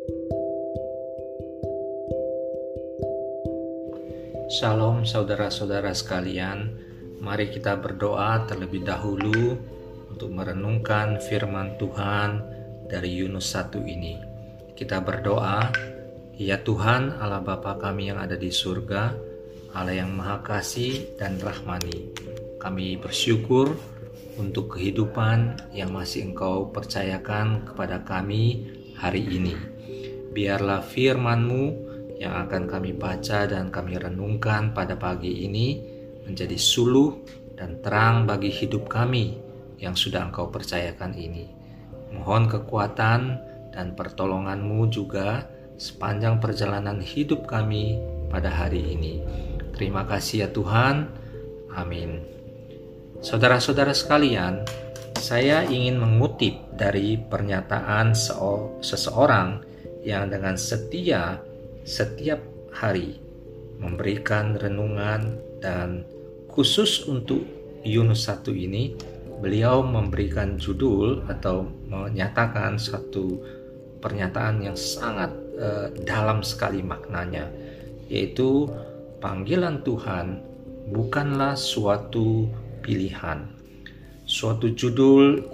Shalom saudara-saudara sekalian, mari kita berdoa terlebih dahulu untuk merenungkan firman Tuhan dari Yunus 1 ini. Kita berdoa, ya Tuhan Allah Bapa kami yang ada di surga, Allah yang Maha Kasih dan Rahmani. Kami bersyukur untuk kehidupan yang masih Engkau percayakan kepada kami hari ini. Biarlah firman-Mu yang akan kami baca dan kami renungkan pada pagi ini menjadi suluh dan terang bagi hidup kami yang sudah Engkau percayakan ini. Mohon kekuatan dan pertolongan-Mu juga sepanjang perjalanan hidup kami pada hari ini. Terima kasih ya Tuhan. Amin. Saudara-saudara sekalian, saya ingin mengutip dari pernyataan seseorang yang dengan setia setiap hari memberikan renungan, dan khusus untuk Yunus 1 ini beliau memberikan judul atau menyatakan satu pernyataan yang sangat dalam sekali maknanya, yaitu panggilan Tuhan bukanlah suatu pilihan. Suatu judul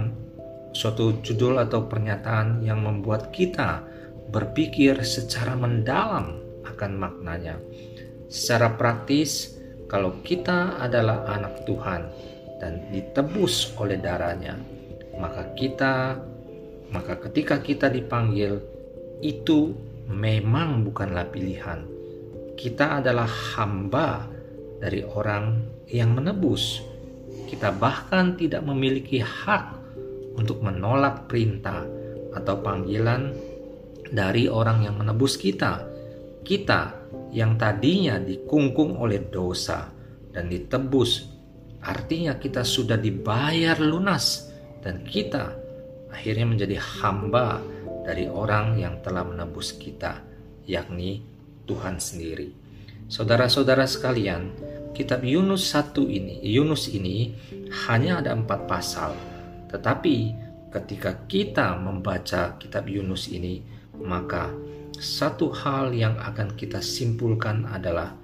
atau pernyataan yang membuat kita berpikir secara mendalam akan maknanya. Secara praktis, kalau kita adalah anak Tuhan dan ditebus oleh darahnya, maka ketika kita dipanggil, itu memang bukanlah pilihan. Kita adalah hamba dari orang yang menebus. Kita bahkan tidak memiliki hak untuk menolak perintah atau panggilan dari orang yang menebus kita. Kita yang tadinya dikungkung oleh dosa dan ditebus, artinya kita sudah dibayar lunas dan kita akhirnya menjadi hamba dari orang yang telah menebus kita, yakni Tuhan sendiri. Saudara-saudara sekalian, kitab Yunus ini hanya ada 4 pasal. Tetapi ketika kita membaca kitab Yunus ini, maka satu hal yang akan kita simpulkan adalah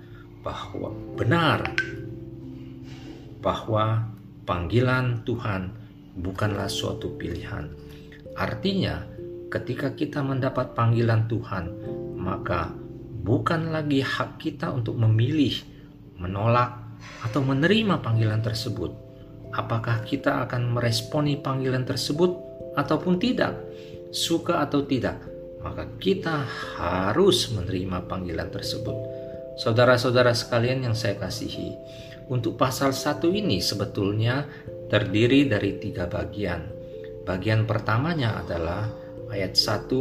bahwa panggilan Tuhan bukanlah suatu pilihan. Artinya, ketika kita mendapat panggilan Tuhan, maka bukan lagi hak kita untuk memilih, menolak, atau menerima panggilan tersebut. Apakah kita akan meresponi panggilan tersebut ataupun tidak, suka atau tidak, maka kita harus menerima panggilan tersebut. Saudara-saudara sekalian yang saya kasihi, untuk pasal 1 ini sebetulnya terdiri dari 3 bagian. Bagian pertamanya adalah ayat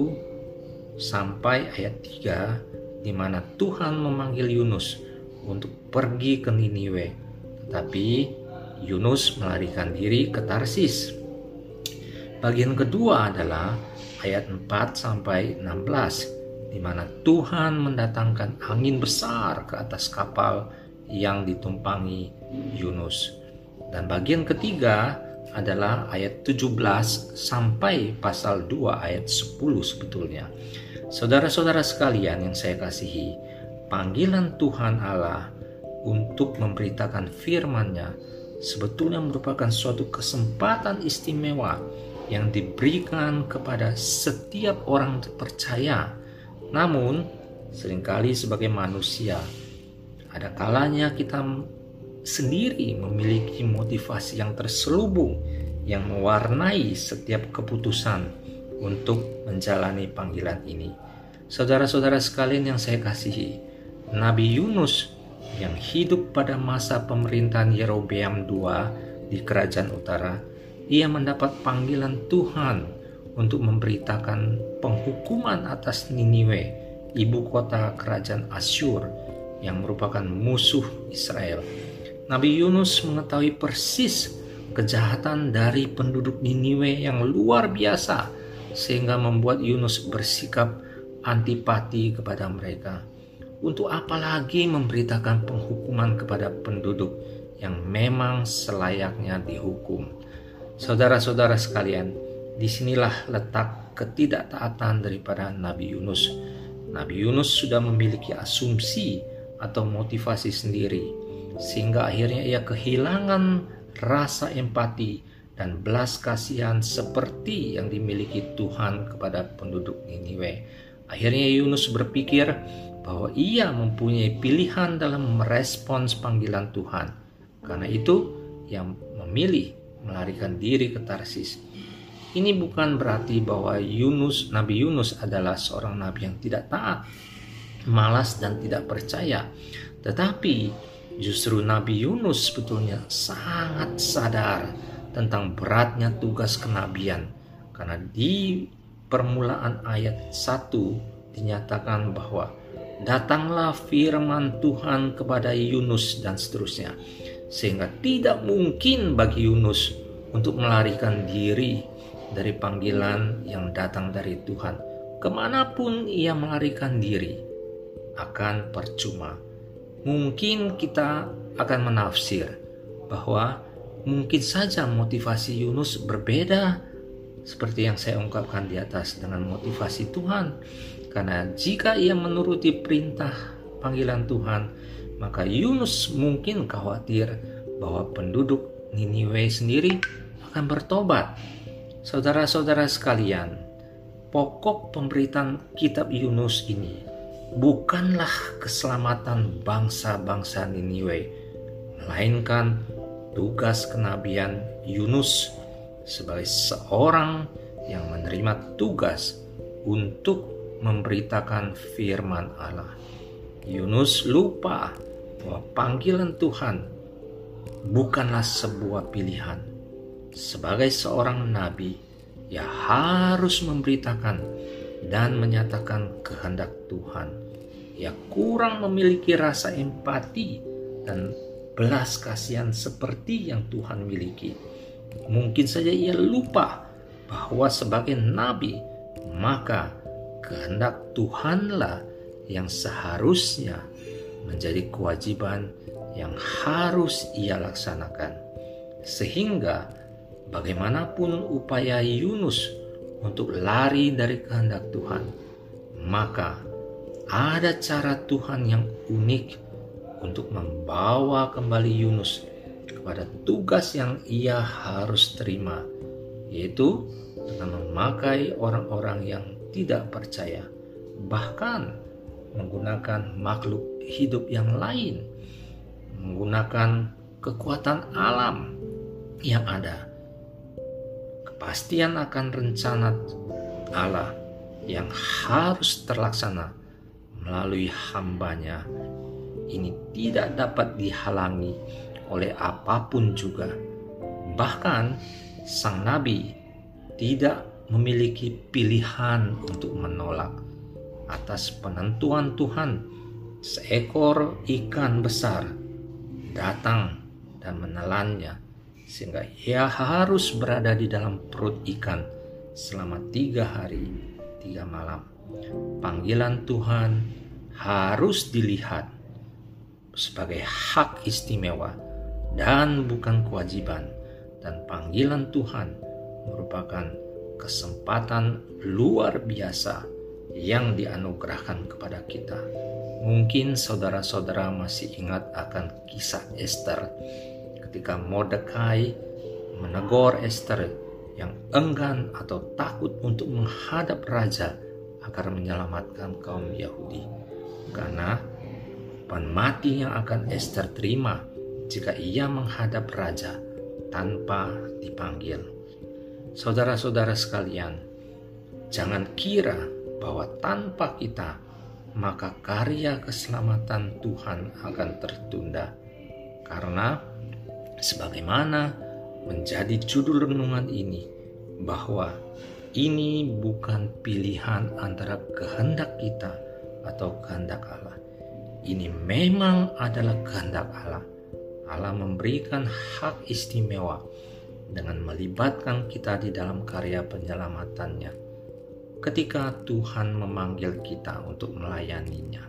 1 sampai ayat 3, di mana Tuhan memanggil Yunus untuk pergi ke Niniwe, tetapi Yunus melarikan diri ke Tarsis. Bagian kedua adalah ayat 4 sampai 16, di mana Tuhan mendatangkan angin besar ke atas kapal yang ditumpangi Yunus. Dan bagian ketiga adalah ayat 17 sampai pasal 2 ayat 10 sebetulnya. Saudara-saudara sekalian yang saya kasihi, panggilan Tuhan Allah untuk memberitakan firman-Nya sebetulnya merupakan suatu kesempatan istimewa yang diberikan kepada setiap orang percaya. Namun, seringkali sebagai manusia, ada kalanya kita sendiri memiliki motivasi yang terselubung yang mewarnai setiap keputusan untuk menjalani panggilan ini. Saudara-saudara sekalian yang saya kasihi, Nabi Yunus yang hidup pada masa pemerintahan Yerobeam II di Kerajaan Utara, ia mendapat panggilan Tuhan untuk memberitakan penghukuman atas Niniwe, ibu kota kerajaan Asyur yang merupakan musuh Israel. Nabi Yunus mengetahui persis kejahatan dari penduduk Niniwe yang luar biasa, sehingga membuat Yunus bersikap antipati kepada mereka. Untuk apa lagi memberitakan penghukuman kepada penduduk yang memang selayaknya dihukum? Saudara-saudara sekalian, disinilah letak ketidaktaatan daripada Nabi Yunus. Nabi Yunus sudah memiliki asumsi atau motivasi sendiri, sehingga akhirnya ia kehilangan rasa empati dan belas kasihan seperti yang dimiliki Tuhan kepada penduduk Niniwe. Akhirnya Yunus berpikir bahwa ia mempunyai pilihan dalam merespons panggilan Tuhan. Karena itu, ia memilih melarikan diri ke Tarsis. Ini bukan berarti bahwa Nabi Yunus adalah seorang nabi yang tidak taat, malas dan tidak percaya. Tetapi justru Nabi Yunus sebetulnya sangat sadar tentang beratnya tugas kenabian. Karena di permulaan ayat 1 dinyatakan bahwa datanglah firman Tuhan kepada Yunus dan seterusnya. Sehingga tidak mungkin bagi Yunus untuk melarikan diri dari panggilan yang datang dari Tuhan. Kemanapun ia melarikan diri akan percuma. Mungkin kita akan menafsir bahwa mungkin saja motivasi Yunus berbeda seperti yang saya ungkapkan di atas dengan motivasi Tuhan. Karena jika ia menuruti perintah panggilan Tuhan, maka Yunus mungkin khawatir bahwa penduduk Niniwe sendiri akan bertobat. Saudara-saudara sekalian, pokok pemberitaan kitab Yunus ini bukanlah keselamatan bangsa-bangsa Niniwe, melainkan tugas kenabian Yunus sebagai seorang yang menerima tugas untuk memberitakan firman Allah. Yunus lupa bahwa panggilan Tuhan bukanlah sebuah pilihan. Sebagai seorang nabi, ia harus memberitakan dan menyatakan kehendak Tuhan. Ia kurang memiliki rasa empati dan belas kasihan seperti yang Tuhan miliki. Mungkin saja ia lupa bahwa sebagai nabi, maka kehendak Tuhanlah yang seharusnya menjadi kewajiban yang harus ia laksanakan. Sehingga bagaimanapun upaya Yunus untuk lari dari kehendak Tuhan, maka ada cara Tuhan yang unik untuk membawa kembali Yunus kepada tugas yang ia harus terima, yaitu dengan memakai orang-orang yang tidak percaya, bahkan menggunakan makhluk hidup yang lain, menggunakan kekuatan alam yang ada, kepastian akan rencana Allah yang harus terlaksana melalui hambanya. Ini tidak dapat dihalangi oleh apapun juga. Bahkan sang nabi tidak memiliki pilihan untuk menolak. Atas penentuan Tuhan, seekor ikan besar datang dan menelannya, sehingga ia harus berada di dalam perut ikan selama 3 hari 3 malam. Panggilan Tuhan harus dilihat sebagai hak istimewa dan bukan kewajiban, dan panggilan Tuhan merupakan kesempatan luar biasa yang dianugerahkan kepada kita. Mungkin saudara-saudara masih ingat akan kisah Esther ketika Mordekai menegur Esther yang enggan atau takut untuk menghadap raja agar menyelamatkan kaum Yahudi, karena hukuman mati yang akan Esther terima jika ia menghadap raja tanpa dipanggil. Saudara-saudara sekalian, jangan kira bahwa tanpa kita maka karya keselamatan Tuhan akan tertunda. Karena sebagaimana menjadi judul renungan ini, bahwa ini bukan pilihan antara kehendak kita atau kehendak Allah. Ini memang adalah kehendak Allah. Allah memberikan hak istimewa dengan melibatkan kita di dalam karya penyelamatannya ketika Tuhan memanggil kita untuk melayaninya,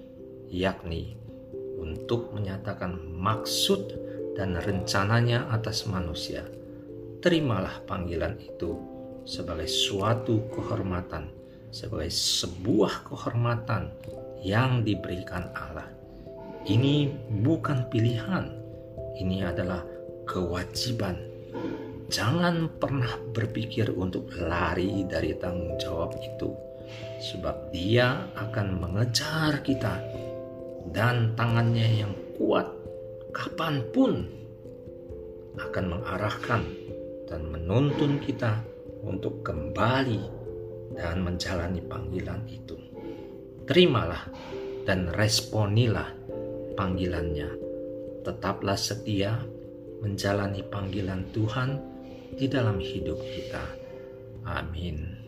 yakni untuk menyatakan maksud dan rencananya atas manusia. Terimalah panggilan itu sebagai suatu kehormatan, sebagai sebuah kehormatan yang diberikan Allah. Ini bukan pilihan, ini adalah kewajiban. Jangan pernah berpikir untuk lari dari tanggung jawab itu, sebab Dia akan mengejar kita dan tangannya yang kuat kapanpun akan mengarahkan dan menuntun kita untuk kembali dan menjalani panggilan itu. Terimalah dan responilah panggilannya. Tetaplah setia menjalani panggilan Tuhan di dalam hidup kita. Amin.